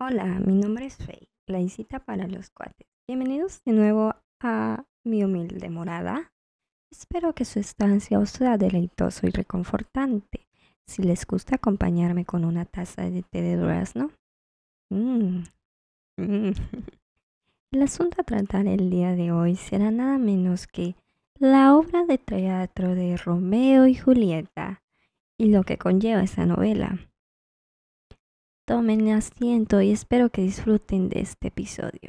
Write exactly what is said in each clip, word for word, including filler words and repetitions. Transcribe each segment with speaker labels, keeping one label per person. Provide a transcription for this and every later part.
Speaker 1: Hola, mi nombre es Faye, la visita para los cuates. Bienvenidos de nuevo a mi humilde morada. Espero que su estancia os sea deleitoso y reconfortante. Si les gusta acompañarme con una taza de té de durazno. Mm, mm. El asunto a tratar el día de hoy será nada menos que la obra de teatro de Romeo y Julieta y lo que conlleva esa novela. Tomen asiento y espero que disfruten de este episodio.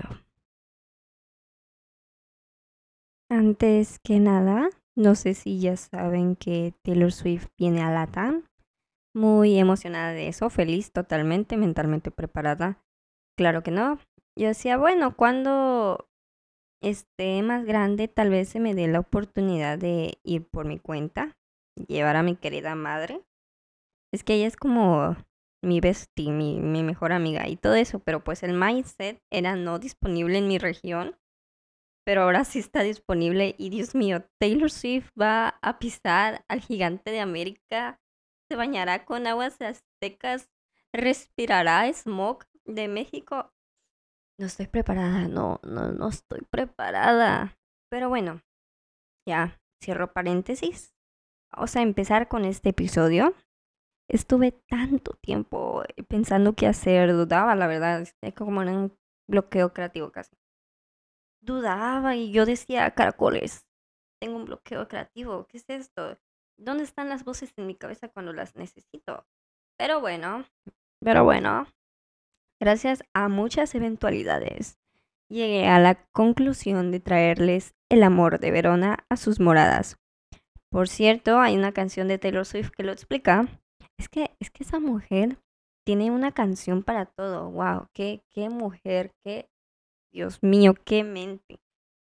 Speaker 1: Antes que nada, no sé si ya saben que Taylor Swift viene a Latam. Muy emocionada de eso, feliz totalmente, mentalmente preparada. Claro que no. Yo decía, bueno, cuando esté más grande, tal vez se me dé la oportunidad de ir por mi cuenta, llevar a mi querida madre. Es que ella es como mi bestie, mi, mi mejor amiga y todo eso, pero pues el mindset era no disponible en mi región, pero ahora sí está disponible y Dios mío, Taylor Swift va a pisar al gigante de América, se bañará con aguas aztecas, respirará smog de México. No estoy preparada, no, no, no estoy preparada. Pero bueno, ya, cierro paréntesis. Vamos a empezar con este episodio. Estuve tanto tiempo pensando qué hacer, dudaba, la verdad, es como en un bloqueo creativo casi. Dudaba y yo decía, caracoles, tengo un bloqueo creativo, ¿qué es esto? ¿Dónde están las voces en mi cabeza cuando las necesito? Pero bueno, pero bueno, gracias a muchas eventualidades, llegué a la conclusión de traerles El amor de Verona a sus moradas. Por cierto, hay una canción de Taylor Swift que lo explica. Es que, es que esa mujer tiene una canción para todo. Wow, qué, qué mujer, qué, Dios mío, qué mente.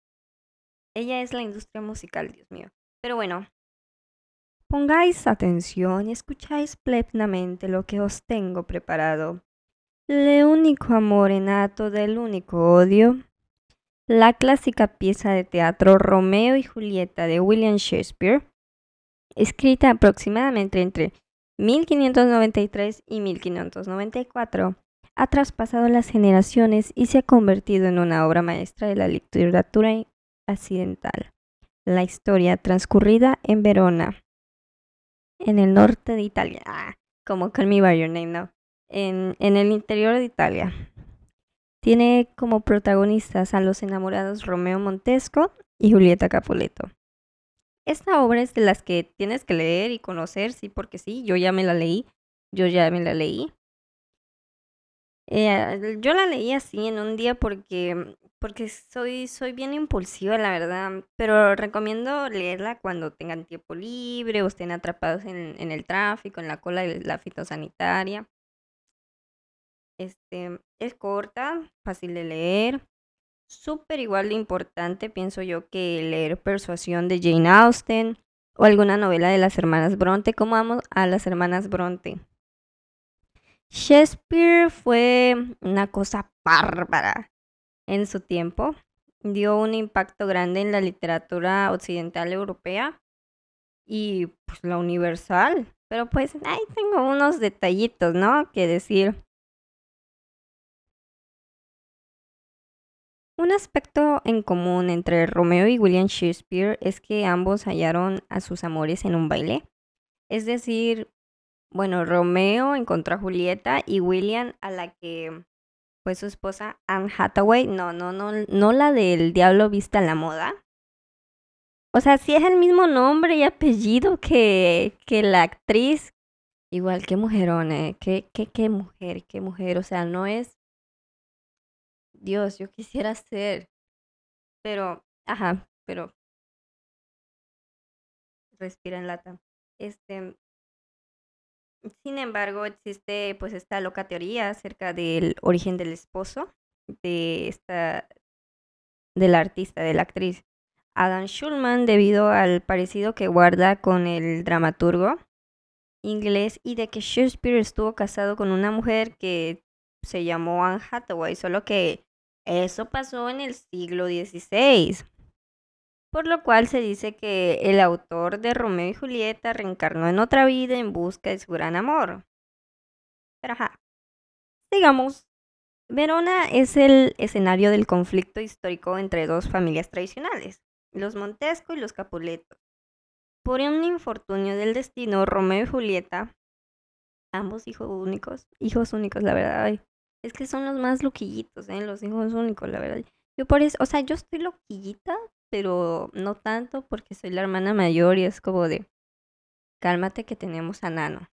Speaker 1: Ella es la industria musical, Dios mío. Pero bueno, pongáis atención y escucháis plenamente lo que os tengo preparado. El único amor innato del único odio. La clásica pieza de teatro Romeo y Julieta de William Shakespeare, escrita aproximadamente entre mil quinientos noventa y tres y mil quinientos noventa y cuatro, ha traspasado las generaciones y se ha convertido en una obra maestra de la literatura occidental. La historia transcurrida en Verona, en el norte de Italia, ah, como Call Me By Your Name, no, en, en el interior de Italia. Tiene como protagonistas a los enamorados Romeo Montesco y Julieta Capuleto. Esta obra es de las que tienes que leer y conocer, sí, porque sí, yo ya me la leí, yo ya me la leí. Eh, yo la leí así en un día porque, porque soy, soy bien impulsiva, la verdad, pero recomiendo leerla cuando tengan tiempo libre o estén atrapados en, en el tráfico, en la cola de la fitosanitaria. Este, es corta, fácil de leer, súper igual de importante, pienso yo, que leer Persuasión de Jane Austen o alguna novela de las hermanas Bronte, como amo a las hermanas Bronte. Shakespeare fue una cosa bárbara en su tiempo, dio un impacto grande en la literatura occidental europea y pues la universal, pero pues ahí tengo unos detallitos, ¿no? Que decir. Un aspecto en común entre Romeo y William Shakespeare es que ambos hallaron a sus amores en un baile. Es decir, bueno, Romeo encontró a Julieta y William a la que fue su esposa Anne Hathaway. No, no, no, no la del Diablo Vista a la Moda. O sea, sí es el mismo nombre y apellido que, que la actriz. Igual, qué mujerón, eh. Qué, qué, qué mujer, qué mujer. O sea, no es. Dios, yo quisiera ser. Pero, ajá, pero respira en lata. Este, sin embargo, existe pues esta loca teoría acerca del origen del esposo de esta del artista, de la actriz Adam Schulman, debido al parecido que guarda con el dramaturgo inglés y de que Shakespeare estuvo casado con una mujer que se llamó Anne Hathaway, solo que eso pasó en el siglo dieciséis. Por lo cual se dice que el autor de Romeo y Julieta reencarnó en otra vida en busca de su gran amor. Pero ajá, sigamos. Verona es el escenario del conflicto histórico entre dos familias tradicionales, los Montesco y los Capuleto. Por un infortunio del destino, Romeo y Julieta, ambos hijos únicos, hijos únicos, la verdad, ay, es que son los más loquillitos, ¿eh? Los hijos únicos, la verdad. Yo por eso, o sea, yo estoy loquillita, pero no tanto porque soy la hermana mayor y es como de, cálmate que tenemos a Nano.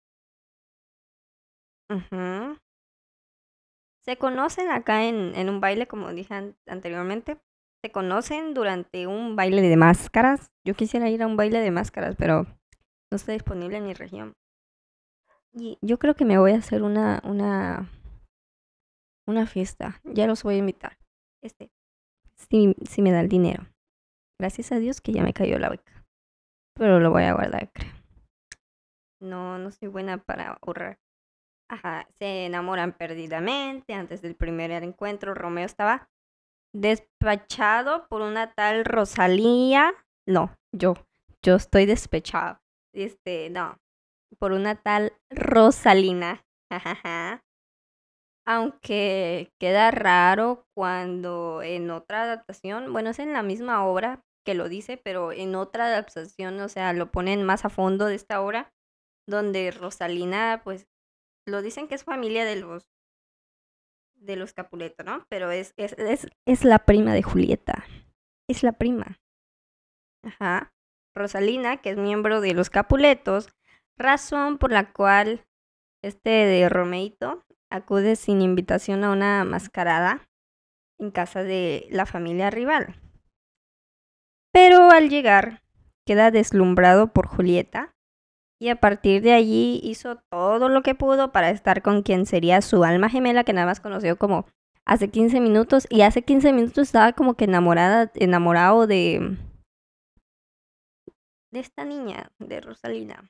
Speaker 1: Ujú. Se conocen acá en, en un baile, como dije an- anteriormente. Se conocen durante un baile de máscaras. Yo quisiera ir a un baile de máscaras, pero no está disponible en mi región. Y yo creo que me voy a hacer una, una, una fiesta. Ya los voy a invitar. Este, si, si me da el dinero. Gracias a Dios que ya me cayó la beca. Pero lo voy a guardar, creo. No, no soy buena para ahorrar. Ajá, se enamoran perdidamente. Antes del primer encuentro, Romeo estaba despachado por una tal Rosalía. No, yo. Yo estoy despechado. Este, no. Por una tal Rosalina. Aunque queda raro cuando en otra adaptación, bueno, es en la misma obra que lo dice, pero en otra adaptación, o sea, lo ponen más a fondo de esta obra, donde Rosalina, pues, lo dicen que es familia de los de los Capuleto, ¿no? Pero es, es, es, es la prima de Julieta. Es la prima. Ajá. Rosalina, que es miembro de los Capuletos, razón por la cual este de Romeito acude sin invitación a una mascarada en casa de la familia rival. Pero al llegar, queda deslumbrado por Julieta y a partir de allí hizo todo lo que pudo para estar con quien sería su alma gemela, que nada más conoció como hace quince minutos, y hace quince minutos estaba como que enamorada, enamorado de, de esta niña, de Rosalina.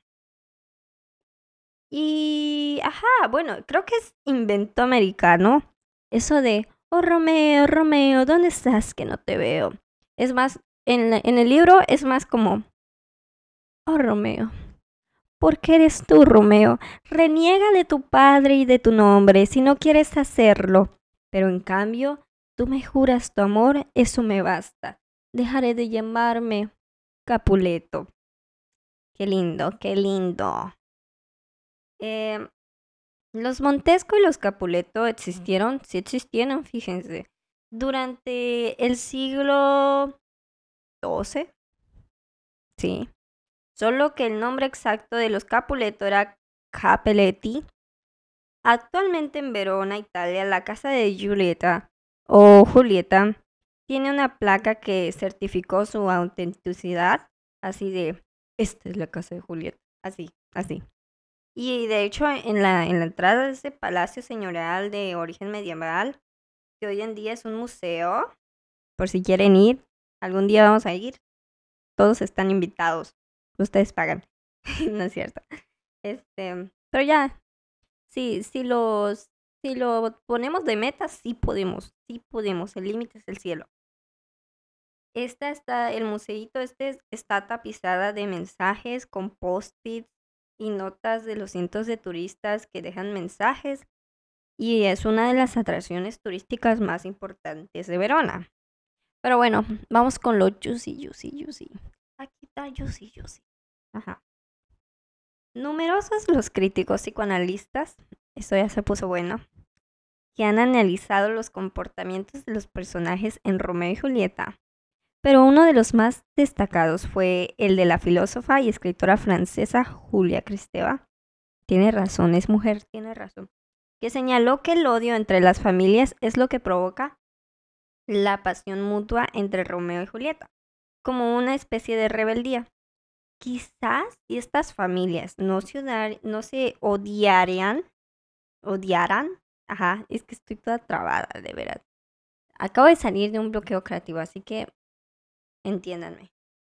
Speaker 1: Y, ajá, bueno, creo que es invento americano. Eso de, oh Romeo, Romeo, ¿dónde estás que no te veo? Es más, en, la- en el libro es más como, oh Romeo, ¿por qué eres tú, Romeo? Reniega de tu padre y de tu nombre si no quieres hacerlo. Pero en cambio, tú me juras tu amor, eso me basta. Dejaré de llamarme Capuleto. Qué lindo, qué lindo. Eh, los Montesco y los Capuleto existieron, sí existieron, fíjense, durante el siglo doce, sí. Solo que el nombre exacto de los Capuleto era Capelletti. Actualmente en Verona, Italia, la casa de Giulietta o Julieta tiene una placa que certificó su autenticidad, así de, esta es la casa de Julieta, así, así. Y de hecho, en la, en la entrada de ese palacio señorial de origen medieval, que hoy en día es un museo, por si quieren ir, algún día vamos a ir, todos están invitados, ustedes pagan, no es cierto. Este, pero ya, sí, si los, si lo ponemos de meta, sí podemos, sí podemos, el límite es el cielo. Esta está, el museíto este está tapizada de mensajes con post-its y notas de los cientos de turistas que dejan mensajes y es una de las atracciones turísticas más importantes de Verona. Pero bueno, vamos con lo juicy, juicy, juicy. Aquí está juicy, juicy. Ajá. Numerosos los críticos psicoanalistas, esto ya se puso bueno, que han analizado los comportamientos de los personajes en Romeo y Julieta, pero uno de los más destacados fue el de la filósofa y escritora francesa Julia Kristeva. Tiene razón, es mujer, tiene razón. Que señaló que el odio entre las familias es lo que provoca la pasión mutua entre Romeo y Julieta, como una especie de rebeldía. Quizás si estas familias no se, odar, no se odiarían, odiaran, ajá, es que estoy toda trabada, de verdad. Acabo de salir de un bloqueo creativo, así que entiéndanme.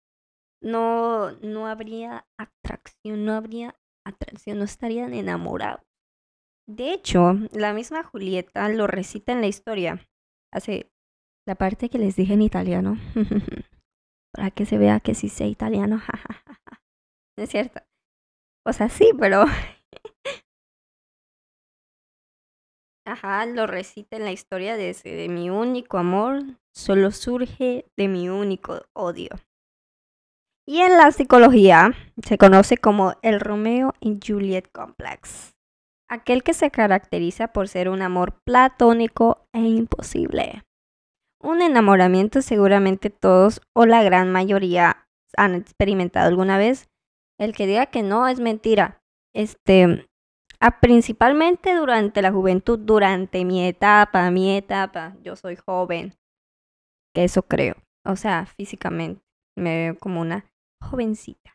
Speaker 1: No, no habría atracción, no habría atracción, no estarían enamorados. De hecho, la misma Julieta lo recita en la historia. Hace la parte que les dije en italiano. Para que se vea que sí sé italiano. No es cierto. O sea, sí, pero Ajá, lo recita en la historia de ese, de mi único amor solo surge de mi único odio. Y en la psicología se conoce como el Romeo y Juliet Complex, aquel que se caracteriza por ser un amor platónico e imposible. Un enamoramiento seguramente todos o la gran mayoría han experimentado alguna vez. El que diga que no es mentira. Este, a, principalmente durante la juventud, durante mi etapa, mi etapa, yo soy joven, que eso creo. O sea, físicamente me veo como una jovencita,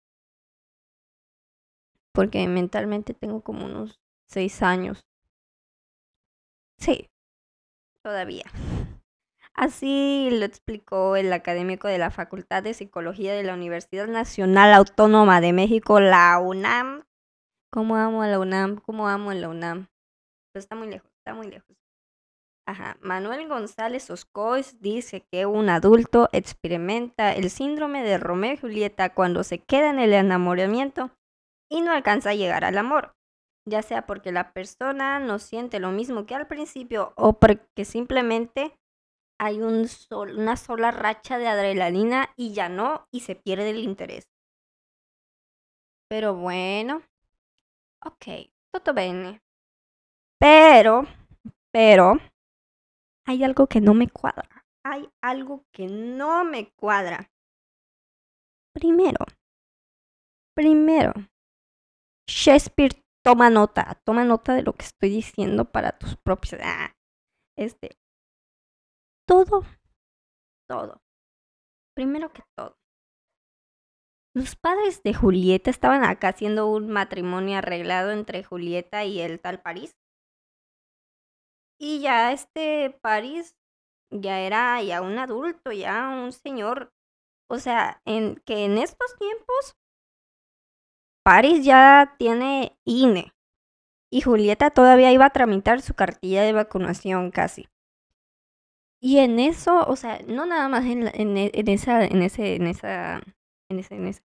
Speaker 1: porque mentalmente tengo como unos seis años. Sí, todavía. Así lo explicó el académico de la Facultad de Psicología de la Universidad Nacional Autónoma de México, la UNAM. ¿Cómo amo a la UNAM? ¿Cómo amo a la UNAM? Pero está muy lejos, está muy lejos. Ajá. Manuel González Oscois dice que un adulto experimenta el síndrome de Romeo y Julieta cuando se queda en el enamoramiento y no alcanza a llegar al amor, ya sea porque la persona no siente lo mismo que al principio o porque simplemente hay un sol, una sola racha de adrenalina y ya no, y se pierde el interés. Pero bueno, ok, todo bene. Pero, pero, hay algo que no me cuadra. Hay algo que no me cuadra. Primero, primero, Shakespeare, toma nota, toma nota de lo que estoy diciendo para tus propios... Ah, este, todo, todo. Primero que todo. Los padres de Julieta estaban acá haciendo un matrimonio arreglado entre Julieta y el tal París. Y ya este París ya era ya un adulto, ya un señor. O sea, en que en estos tiempos París ya tiene I N E y Julieta todavía iba a tramitar su cartilla de vacunación casi. Y en eso, o sea, no nada más en, la- en, e- en esa, en ese, en esa, en ese, en esa,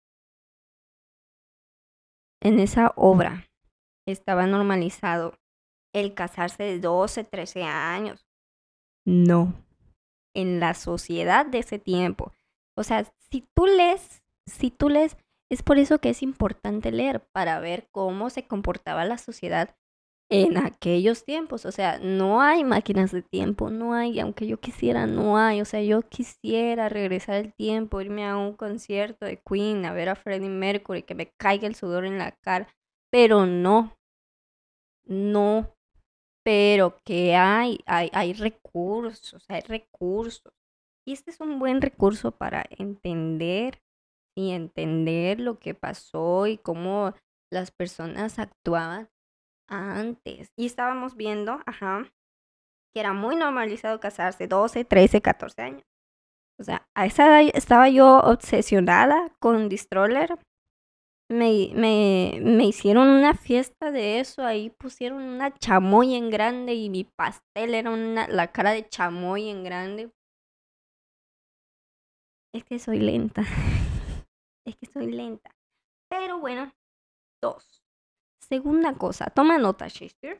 Speaker 1: en esa obra estaba normalizado el casarse de doce, trece años. No, en la sociedad de ese tiempo. O sea, si tú lees, si tú lees, es por eso que es importante leer, para ver cómo se comportaba la sociedad en aquellos tiempos. O sea, no hay máquinas de tiempo, no hay, aunque yo quisiera, no hay. O sea, yo quisiera regresar el tiempo, irme a un concierto de Queen, a ver a Freddie Mercury, que me caiga el sudor en la cara, pero no, no, pero que hay, hay, hay recursos, hay recursos. Y este es un buen recurso para entender y entender lo que pasó y cómo las personas actuaban antes. Y estábamos viendo, ajá, que era muy normalizado casarse doce, trece, catorce años. O sea, a esa edad estaba yo obsesionada con Distroller. Me, me, me hicieron una fiesta de eso, ahí pusieron una chamoy en grande y mi pastel era una, la cara de chamoy en grande. Es que soy lenta, es que soy lenta. Pero bueno, dos. Segunda cosa, toma nota, Shakespeare.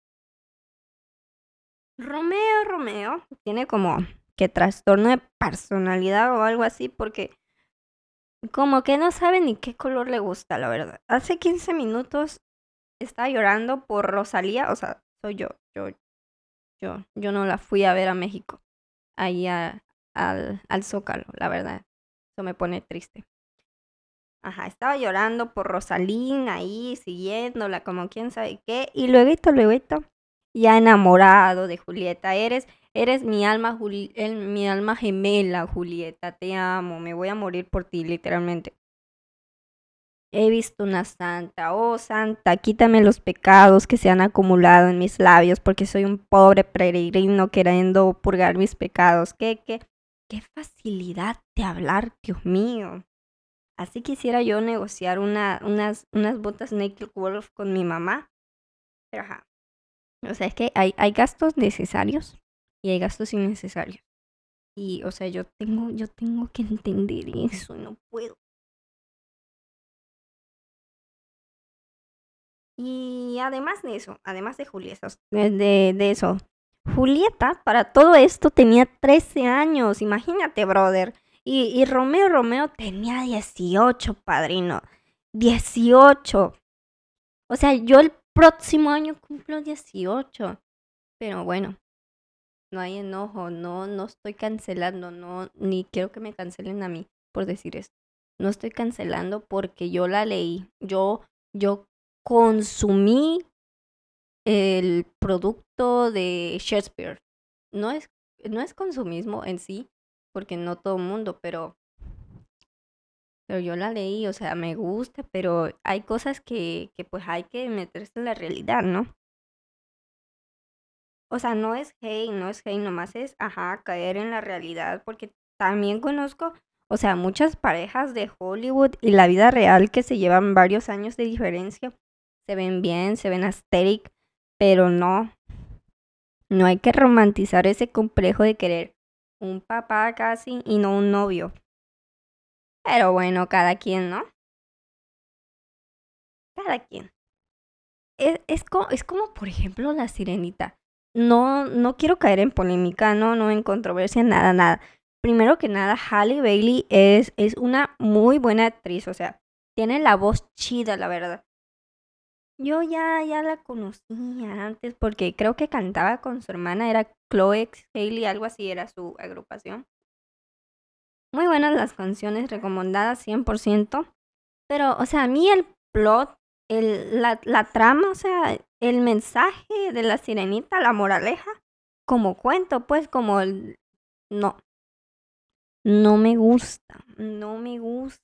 Speaker 1: Romeo, Romeo tiene como que trastorno de personalidad o algo así porque como que no sabe ni qué color le gusta, la verdad. Hace quince minutos estaba llorando por Rosalía, o sea, soy yo, yo, yo, yo no la fui a ver a México, ahí a- al, al Zócalo, la verdad. Eso me pone triste. Ajá, estaba llorando por Rosalín ahí, siguiéndola como quién sabe qué. Y luego, luego, ya enamorado de Julieta. Eres, eres mi alma, Juli- el- mi alma gemela, Julieta. Te amo, me voy a morir por ti, literalmente. He visto una santa, oh santa, quítame los pecados que se han acumulado en mis labios, porque soy un pobre peregrino queriendo purgar mis pecados. ¿Qué, qué, qué facilidad de hablar, Dios mío? Así quisiera yo negociar una, unas, unas botas Naked Wolf con mi mamá. Pero ajá. O sea, es que hay, hay gastos necesarios y hay gastos innecesarios. Y, o sea, yo tengo, yo tengo que entender eso, no puedo. Y además de eso, además de Julieta, de, de, de eso, Julieta para todo esto tenía trece años, imagínate, brother. Y, y Romeo Romeo tenía dieciocho, padrino. Dieciocho. O sea, yo el próximo año cumplo dieciocho. Pero bueno, no hay enojo, no, no estoy cancelando, no, ni quiero que me cancelen a mí por decir esto. No estoy cancelando porque yo la leí. Yo, yo consumí el producto de Shakespeare. No es, no es consumismo en sí, porque no todo el mundo, pero, pero yo la leí, o sea, me gusta, pero hay cosas que, que pues hay que meterse en la realidad, ¿no? O sea, no es hate, no es hate, nomás es, ajá, caer en la realidad, porque también conozco, o sea, muchas parejas de Hollywood y la vida real que se llevan varios años de diferencia, se ven bien, se ven aesthetic, pero no, no hay que romantizar ese complejo de querer un papá casi y no un novio. Pero bueno, cada quien, ¿no? Cada quien. Es, es, co- es como, por ejemplo, la sirenita. No, no quiero caer en polémica, no, no en controversia, nada, nada. Primero que nada, Halle Bailey es, es una muy buena actriz, o sea, tiene la voz chida, la verdad. Yo ya, ya la conocía antes porque creo que cantaba con su hermana, era Chloe Haley, algo así era su agrupación. Muy buenas las canciones, recomendadas cien por ciento. Pero, o sea, a mí el plot, el, la, la trama, o sea, el mensaje de la sirenita, la moraleja, como cuento, pues, como el... No, no me gusta, no me gusta.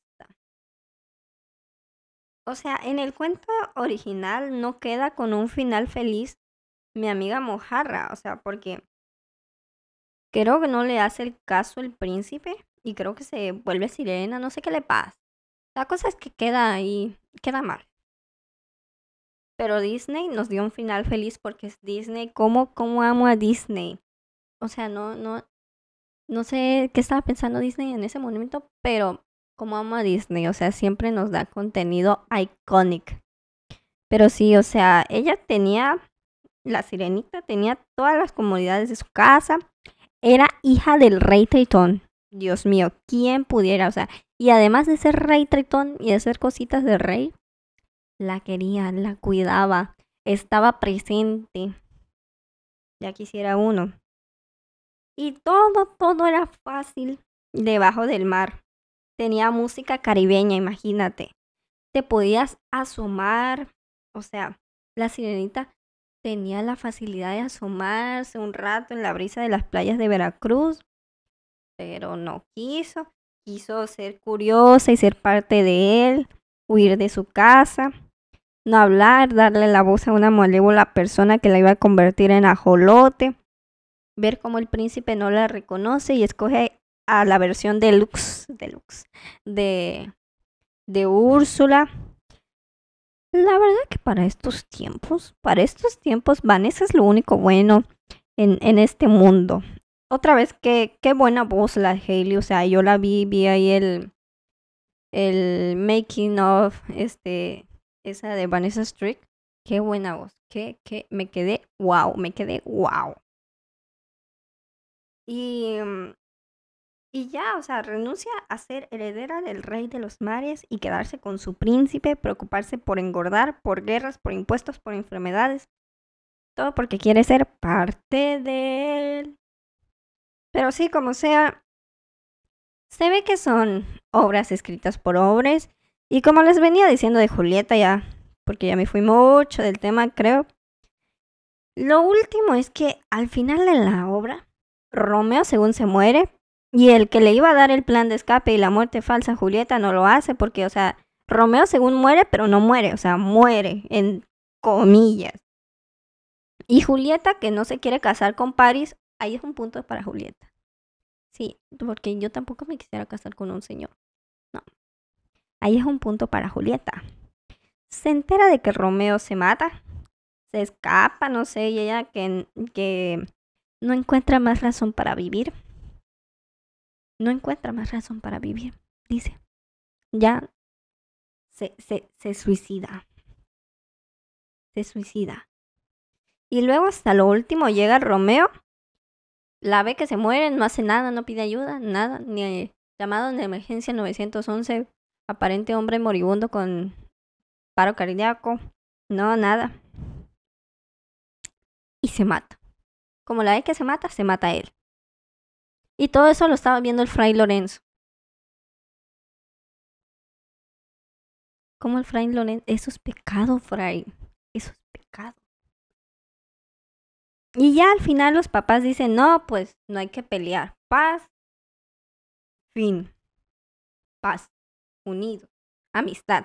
Speaker 1: O sea, en el cuento original no queda con un final feliz mi amiga Mojarra, o sea, porque creo que no le hace el caso el príncipe y creo que se vuelve sirena, no sé qué le pasa. La cosa es que queda ahí, queda mal. Pero Disney nos dio un final feliz porque es Disney. ¿Cómo, cómo amo a Disney? O sea, no, no, no sé qué estaba pensando Disney en ese momento, pero cómo amo a Disney. O sea, siempre nos da contenido iconic. Pero sí, o sea, ella tenía, la sirenita tenía todas las comodidades de su casa. Era hija del rey Tritón. Dios mío, ¿quién pudiera? O sea, y además de ser rey Tritón y de hacer cositas de rey, la quería, la cuidaba, estaba presente. Ya quisiera uno. Y todo, todo era fácil debajo del mar. Tenía música caribeña, imagínate. Te podías asomar. O sea, la sirenita tenía la facilidad de asomarse un rato en la brisa de las playas de Veracruz, pero no quiso. Quiso ser curiosa y ser parte de él, huir de su casa, no hablar, darle la voz a una malévola persona que la iba a convertir en ajolote, ver cómo el príncipe no la reconoce y escoge a la versión deluxe, deluxe de, de Úrsula. La verdad que para estos tiempos, para estos tiempos, Vanessa es lo único bueno en, en este mundo. Otra vez, qué, qué buena voz la Hailey, o sea, yo la vi, vi ahí el, el making of, este, esa de Vanessa Strick. Qué buena voz, que, que me quedé wow, me quedé wow. Y mm, Y ya, o sea, renuncia a ser heredera del rey de los mares y quedarse con su príncipe, preocuparse por engordar, por guerras, por impuestos, por enfermedades. Todo porque quiere ser parte de él. Pero sí, como sea, se ve que son obras escritas por hombres. Y como les venía diciendo de Julieta ya, porque ya me fui mucho del tema, creo. Lo último es que al final de la obra, Romeo según se muere y el que le iba a dar el plan de escape y la muerte falsa a Julieta no lo hace porque, o sea, Romeo según muere, pero no muere, o sea, muere en comillas. Y Julieta que no se quiere casar con Paris, ahí es un punto para Julieta. Sí, porque yo tampoco me quisiera casar con un señor. No, ahí es un punto para Julieta. Se entera de que Romeo se mata, se escapa, no sé, y ella que, que no encuentra más razón para vivir. No encuentra más razón para vivir, dice. Ya se, se, se suicida. se suicida. Y luego hasta lo último llega Romeo, la ve que se muere, no hace nada, no pide ayuda, nada, ni llamado de emergencia nueve once, aparente hombre moribundo con paro cardíaco, no, nada. Y se mata. Como la ve que se mata, se mata él. Y todo eso lo estaba viendo el fray Lorenzo. Como el fray Lorenzo, eso es pecado, fray. Eso es pecado. Y ya al final los papás dicen, no, pues no hay que pelear. Paz. Fin. Paz. Unido. Amistad.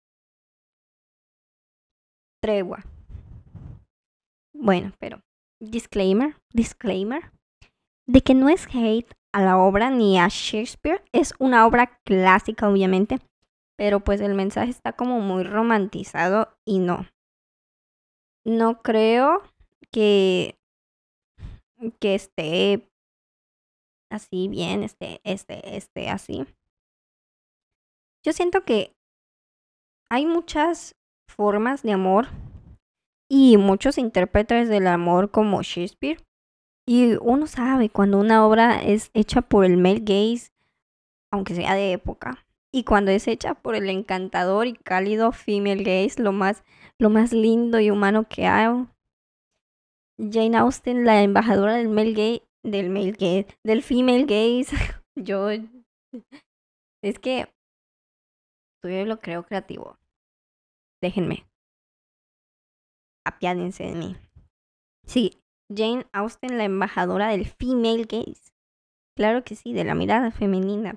Speaker 1: Tregua. Bueno, pero disclaimer, disclaimer, de que no es hate a la obra ni a Shakespeare. Es una obra clásica, obviamente, pero pues el mensaje está como muy romantizado y no. No creo que, que esté así bien, este, este, este, así. Yo siento que hay muchas formas de amor y muchos intérpretes del amor como Shakespeare. Y uno sabe cuando una obra es hecha por el male gaze, aunque sea de época, y cuando es hecha por el encantador y cálido female gaze, lo más, lo más lindo y humano que hay. Jane Austen, la embajadora del male gaze, del male gaze, del female gaze. Yo, es que yo lo creo creativo. Déjenme. Apiádense de mí. Sí, Jane Austen, la embajadora del female gaze. Claro que sí, de la mirada femenina.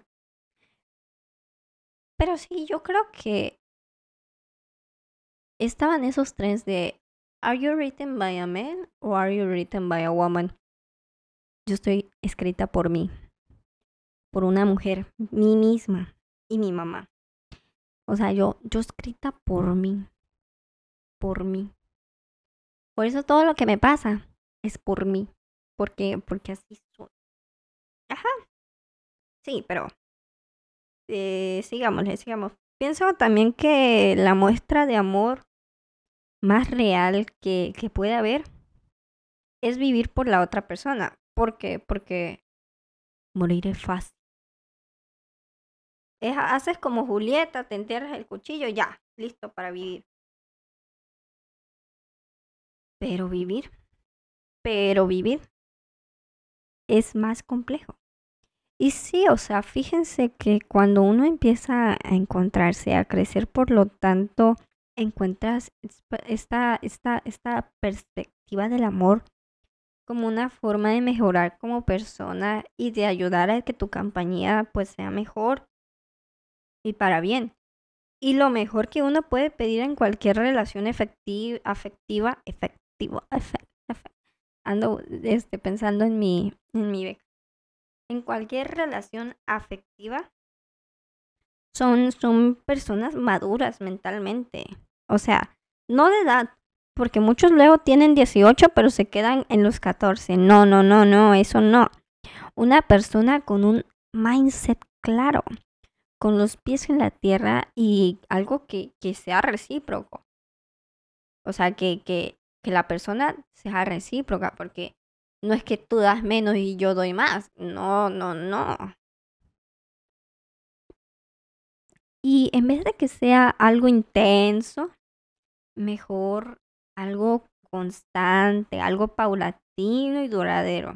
Speaker 1: Pero sí, yo creo que estaban esos tres de ¿Are you written by a man or are you written by a woman? Yo estoy escrita por mí, por una mujer, mí misma y mi mamá. O sea, yo, yo escrita por mí, por mí. Por eso todo lo que me pasa es por mí, porque, porque así soy. Ajá, sí, pero eh, sigámosle, sigamos. Pienso también que la muestra de amor más real que, que puede haber es vivir por la otra persona. ¿Por qué? Porque morir es fácil. Es, haces como Julieta, te entierras el cuchillo, ya, listo para vivir. Pero vivir, pero vivir es más complejo. Y sí, o sea, fíjense que cuando uno empieza a encontrarse, a crecer, por lo tanto, encuentras esta, esta, esta perspectiva del amor como una forma de mejorar como persona y de ayudar a que tu compañía pues sea mejor y para bien. Y lo mejor que uno puede pedir en cualquier relación efectiva, afectiva, efectivo, efect, efect, ando este, pensando en mi, en mi beca. En cualquier relación afectiva son, son personas maduras mentalmente. O sea, no de edad, porque muchos luego tienen dieciocho pero se quedan en los catorce. No, no, no, no, eso no. Una persona con un mindset claro, con los pies en la tierra y algo que, que sea recíproco. O sea, que, que, que la persona sea recíproca, porque no es que tú das menos y yo doy más. No, no, no. Y en vez de que sea algo intenso, mejor algo constante, algo paulatino y duradero.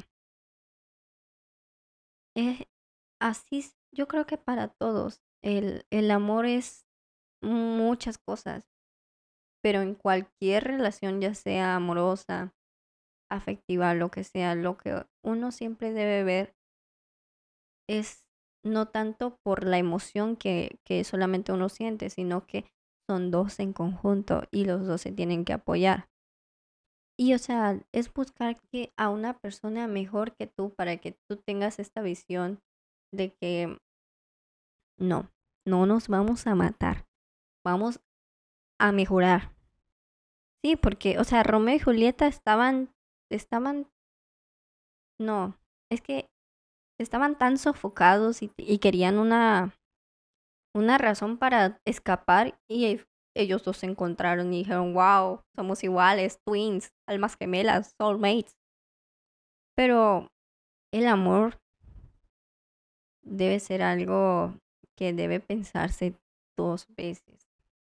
Speaker 1: Es así, yo creo que para todos el, el amor es muchas cosas, pero en cualquier relación, ya sea amorosa, afectiva, lo que sea, lo que uno siempre debe ver es no tanto por la emoción que, que solamente uno siente, sino que son dos en conjunto y los dos se tienen que apoyar. Y o sea, es buscar que a una persona mejor que tú para que tú tengas esta visión de que no, no nos vamos a matar, vamos a mejorar. Sí, porque, o sea, Romeo y Julieta estaban, estaban, no, es que estaban tan sofocados y, y querían una, una razón para escapar y ellos dos se encontraron y dijeron, wow, somos iguales, twins, almas gemelas, soulmates. Pero el amor debe ser algo que debe pensarse dos veces.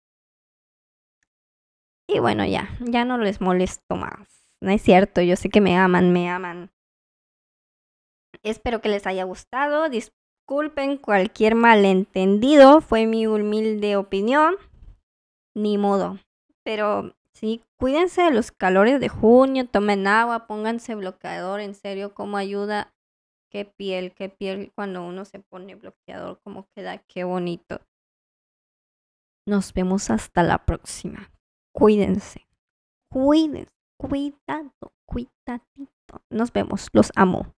Speaker 1: Y bueno, ya, ya no les molesto más. No es cierto, yo sé que me aman, me aman. Espero que les haya gustado. Disculpen cualquier malentendido, fue mi humilde opinión. Ni modo. Pero sí, cuídense de los calores de junio, tomen agua, pónganse bloqueador, en serio, cómo ayuda. Qué piel, qué piel cuando uno se pone bloqueador, cómo queda, qué bonito. Nos vemos hasta la próxima. Cuídense. Cuídense. Cuidado, cuidadito. Nos vemos. Los amo.